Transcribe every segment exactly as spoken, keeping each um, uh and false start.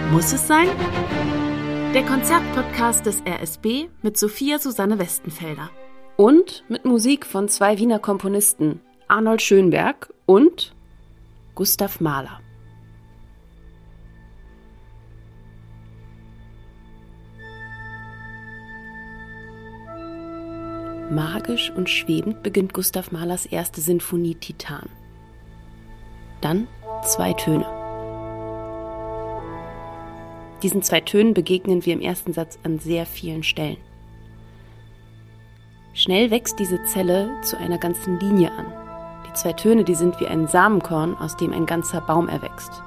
Muss es sein? Der Konzertpodcast des R S B mit Sophia Susanne Westenfelder. Und mit Musik von zwei Wiener Komponisten, Arnold Schönberg und Gustav Mahler. Magisch und schwebend beginnt Gustav Mahlers erste Sinfonie Titan. Dann zwei Töne. Diesen zwei Tönen begegnen wir im ersten Satz an sehr vielen Stellen. Schnell wächst diese Zelle zu einer ganzen Linie an. Die zwei Töne, die sind wie ein Samenkorn, aus dem ein ganzer Baum erwächst.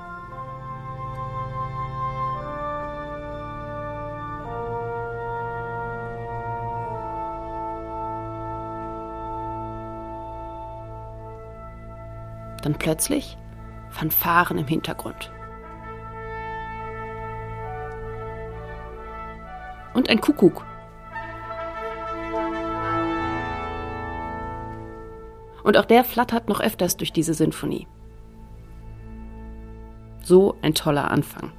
Dann plötzlich Fanfaren im Hintergrund. Und ein Kuckuck. Und auch der flattert noch öfters durch diese Sinfonie. So ein toller Anfang.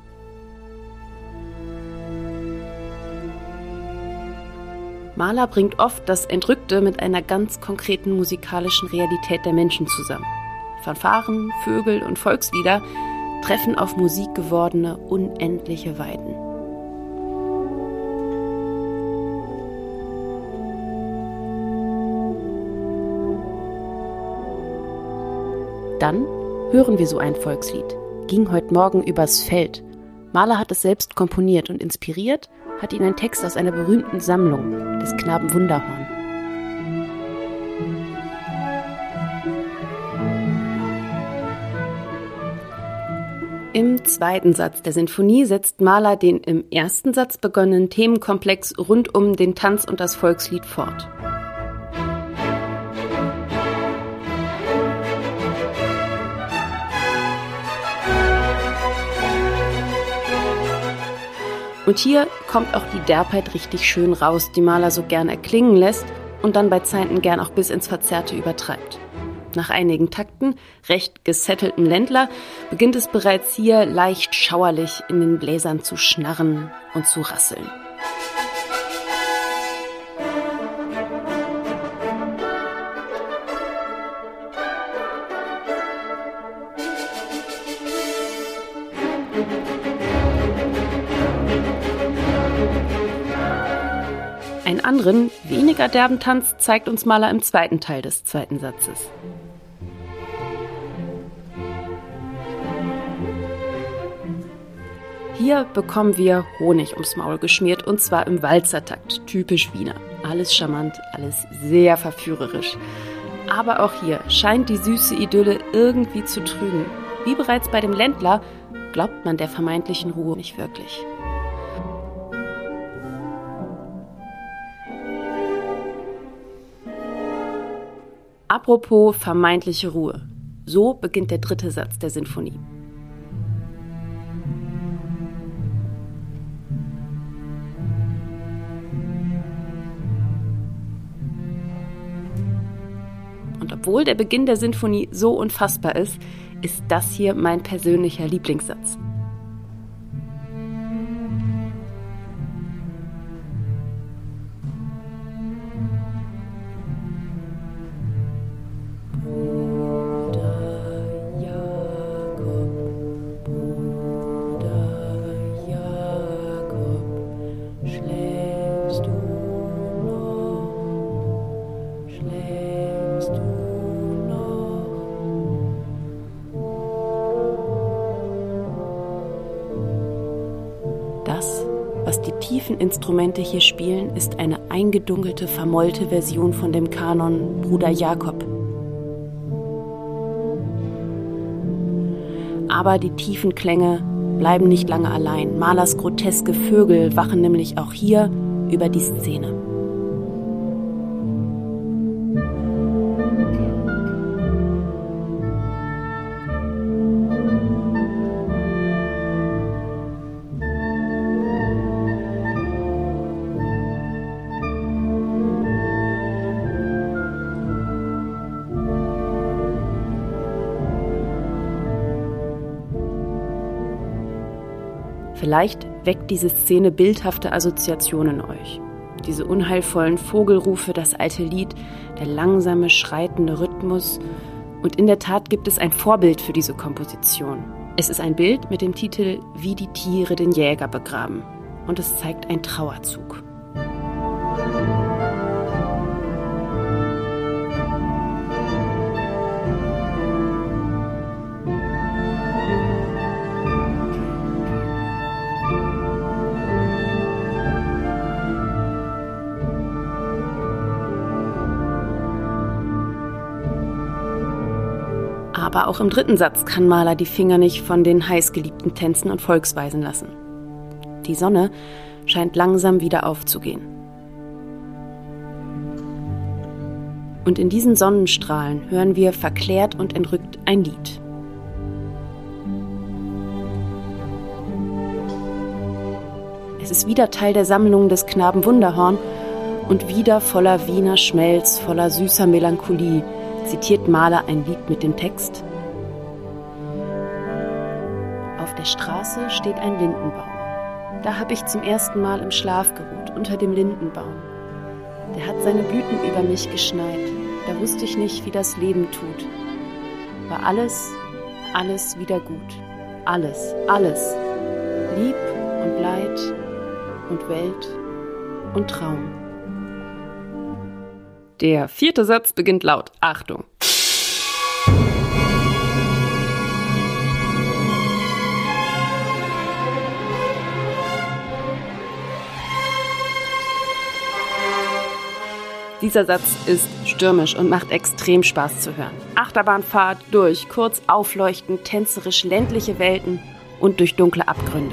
Mahler bringt oft das Entrückte mit einer ganz konkreten musikalischen Realität der Menschen zusammen. Fanfaren, Vögel und Volkslieder treffen auf Musik gewordene unendliche Weiden. Dann hören wir so ein Volkslied. Ging heute Morgen übers Feld. Mahler hat es selbst komponiert und inspiriert hat ihn ein Text aus einer berühmten Sammlung des Knaben Wunderhorn. Im zweiten Satz der Sinfonie setzt Mahler den im ersten Satz begonnenen Themenkomplex rund um den Tanz und das Volkslied fort. Und hier kommt auch die Derbheit richtig schön raus, die Mahler so gern erklingen lässt und dann bei Zeiten gern auch bis ins Verzerrte übertreibt. Nach einigen Takten, recht gesetteltem Ländler, beginnt es bereits hier leicht schauerlich in den Bläsern zu schnarren und zu rasseln. Einen anderen, weniger derben Tanz zeigt uns Mahler im zweiten Teil des zweiten Satzes. Hier bekommen wir Honig ums Maul geschmiert und zwar im Walzertakt, typisch Wiener. Alles charmant, alles sehr verführerisch. Aber auch hier scheint die süße Idylle irgendwie zu trügen. Wie bereits bei dem Ländler glaubt man der vermeintlichen Ruhe nicht wirklich. Apropos vermeintliche Ruhe. So beginnt der dritte Satz der Sinfonie. Und obwohl der Beginn der Sinfonie so unfassbar ist, ist das hier mein persönlicher Lieblingssatz. Das, was die tiefen Instrumente hier spielen, ist eine eingedunkelte, vermollte Version von dem Kanon Bruder Jakob. Aber die tiefen Klänge bleiben nicht lange allein. Mahlers groteske Vögel wachen nämlich auch hier über die Szene. Vielleicht weckt diese Szene bildhafte Assoziationen in euch. Diese unheilvollen Vogelrufe, das alte Lied, der langsame, schreitende Rhythmus. Und in der Tat gibt es ein Vorbild für diese Komposition. Es ist ein Bild mit dem Titel »Wie die Tiere den Jäger begraben« und es zeigt einen Trauerzug. Aber auch im dritten Satz kann Mahler die Finger nicht von den heißgeliebten Tänzen und Volksweisen lassen. Die Sonne scheint langsam wieder aufzugehen. Und in diesen Sonnenstrahlen hören wir verklärt und entrückt ein Lied. Es ist wieder Teil der Sammlung des Knaben Wunderhorn und wieder voller Wiener Schmelz, voller süßer Melancholie, zitiert Mahler ein Lied mit dem Text: Auf der Straße steht ein Lindenbaum. Da hab ich zum ersten Mal im Schlaf geruht, unter dem Lindenbaum. Der hat seine Blüten über mich geschneit. Da wusste ich nicht, wie das Leben tut. War alles, alles wieder gut. Alles, alles. Lieb und Leid und Welt und Traum. Der vierte Satz beginnt laut. Achtung! Dieser Satz ist stürmisch und macht extrem Spaß zu hören. Achterbahnfahrt durch kurz aufleuchtend, tänzerisch ländliche Welten und durch dunkle Abgründe.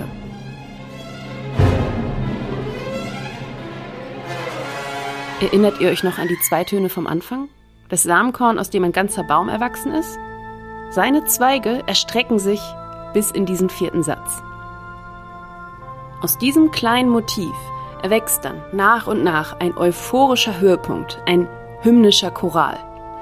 Erinnert ihr euch noch an die zwei Töne vom Anfang? Das Samenkorn, aus dem ein ganzer Baum erwachsen ist? Seine Zweige erstrecken sich bis in diesen vierten Satz. Aus diesem kleinen Motiv erwächst dann nach und nach ein euphorischer Höhepunkt, ein hymnischer Choral.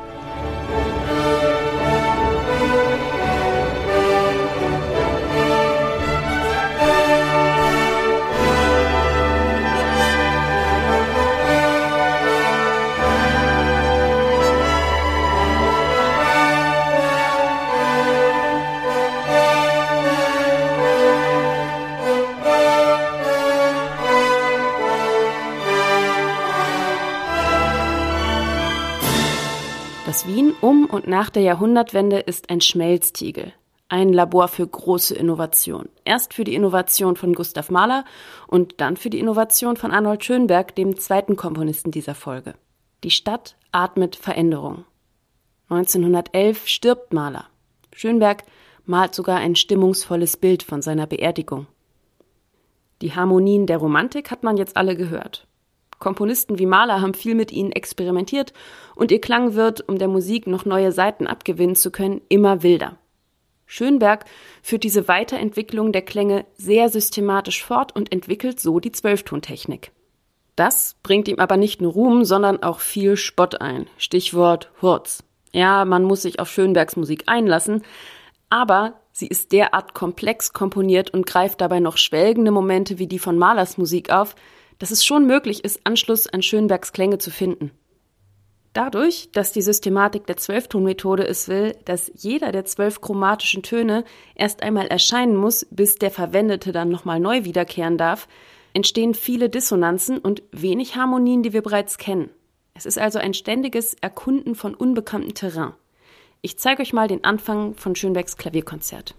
Das Wien um und nach der Jahrhundertwende ist ein Schmelztiegel, ein Labor für große Innovation. Erst für die Innovation von Gustav Mahler und dann für die Innovation von Arnold Schönberg, dem zweiten Komponisten dieser Folge. Die Stadt atmet Veränderung. neunzehnhundertelf stirbt Mahler. Schönberg malt sogar ein stimmungsvolles Bild von seiner Beerdigung. Die Harmonien der Romantik hat man jetzt alle gehört. Komponisten wie Mahler haben viel mit ihnen experimentiert und ihr Klang wird, um der Musik noch neue Seiten abgewinnen zu können, immer wilder. Schönberg führt diese Weiterentwicklung der Klänge sehr systematisch fort und entwickelt so die Zwölftontechnik. Das bringt ihm aber nicht nur Ruhm, sondern auch viel Spott ein. Stichwort Hurz. Ja, man muss sich auf Schönbergs Musik einlassen, aber sie ist derart komplex komponiert und greift dabei noch schwelgende Momente wie die von Mahlers Musik auf, dass es schon möglich ist, Anschluss an Schönbergs Klänge zu finden. Dadurch, dass die Systematik der Zwölftonmethode es will, dass jeder der zwölf chromatischen Töne erst einmal erscheinen muss, bis der Verwendete dann nochmal neu wiederkehren darf, entstehen viele Dissonanzen und wenig Harmonien, die wir bereits kennen. Es ist also ein ständiges Erkunden von unbekanntem Terrain. Ich zeige euch mal den Anfang von Schönbergs Klavierkonzert.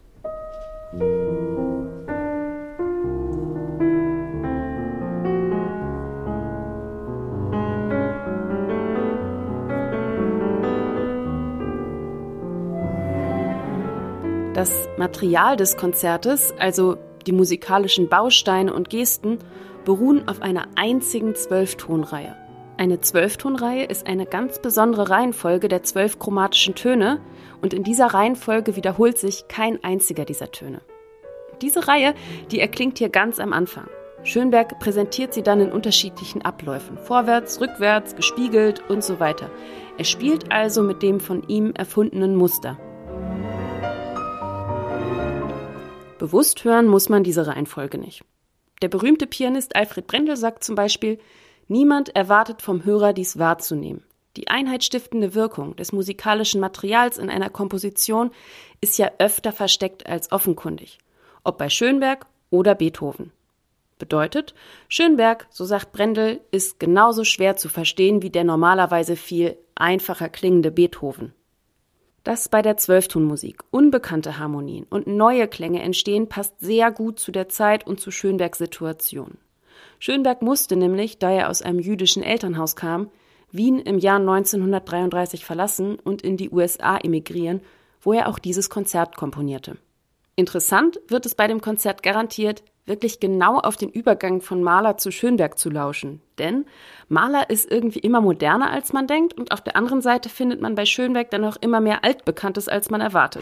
Das Material des Konzertes, also die musikalischen Bausteine und Gesten, beruhen auf einer einzigen Zwölftonreihe. Eine Zwölftonreihe ist eine ganz besondere Reihenfolge der zwölf chromatischen Töne und in dieser Reihenfolge wiederholt sich kein einziger dieser Töne. Diese Reihe, die erklingt hier ganz am Anfang. Schönberg präsentiert sie dann in unterschiedlichen Abläufen, vorwärts, rückwärts, gespiegelt und so weiter. Er spielt also mit dem von ihm erfundenen Muster. Bewusst hören muss man diese Reihenfolge nicht. Der berühmte Pianist Alfred Brendel sagt zum Beispiel: Niemand erwartet vom Hörer, dies wahrzunehmen. Die einheitsstiftende Wirkung des musikalischen Materials in einer Komposition ist ja öfter versteckt als offenkundig, ob bei Schönberg oder Beethoven. Bedeutet, Schönberg, so sagt Brendel, ist genauso schwer zu verstehen wie der normalerweise viel einfacher klingende Beethoven. Dass bei der Zwölftonmusik unbekannte Harmonien und neue Klänge entstehen, passt sehr gut zu der Zeit und zu Schönbergs Situation. Schönberg musste nämlich, da er aus einem jüdischen Elternhaus kam, Wien im Jahr neunzehnhundertdreiunddreißig verlassen und in die U S A emigrieren, wo er auch dieses Konzert komponierte. Interessant wird es bei dem Konzert garantiert, wirklich genau auf den Übergang von Mahler zu Schönberg zu lauschen. Denn Mahler ist irgendwie immer moderner, als man denkt, und auf der anderen Seite findet man bei Schönberg dann auch immer mehr Altbekanntes, als man erwartet.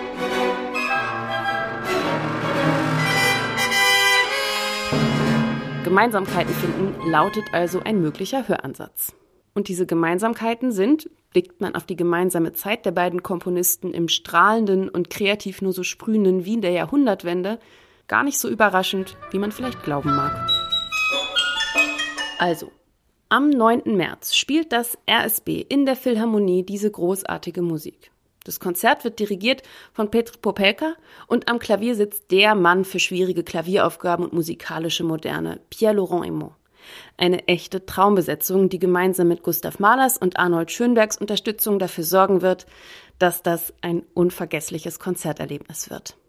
Gemeinsamkeiten finden lautet also ein möglicher Höransatz. Und diese Gemeinsamkeiten sind, blickt man auf die gemeinsame Zeit der beiden Komponisten im strahlenden und kreativ nur so sprühenden Wien der Jahrhundertwende, gar nicht so überraschend, wie man vielleicht glauben mag. Also, am neunten März spielt das R S B in der Philharmonie diese großartige Musik. Das Konzert wird dirigiert von Petr Popelka und am Klavier sitzt der Mann für schwierige Klavieraufgaben und musikalische Moderne, Pierre-Laurent Hémon. Eine echte Traumbesetzung, die gemeinsam mit Gustav Mahlers und Arnold Schönbergs Unterstützung dafür sorgen wird, dass das ein unvergessliches Konzerterlebnis wird.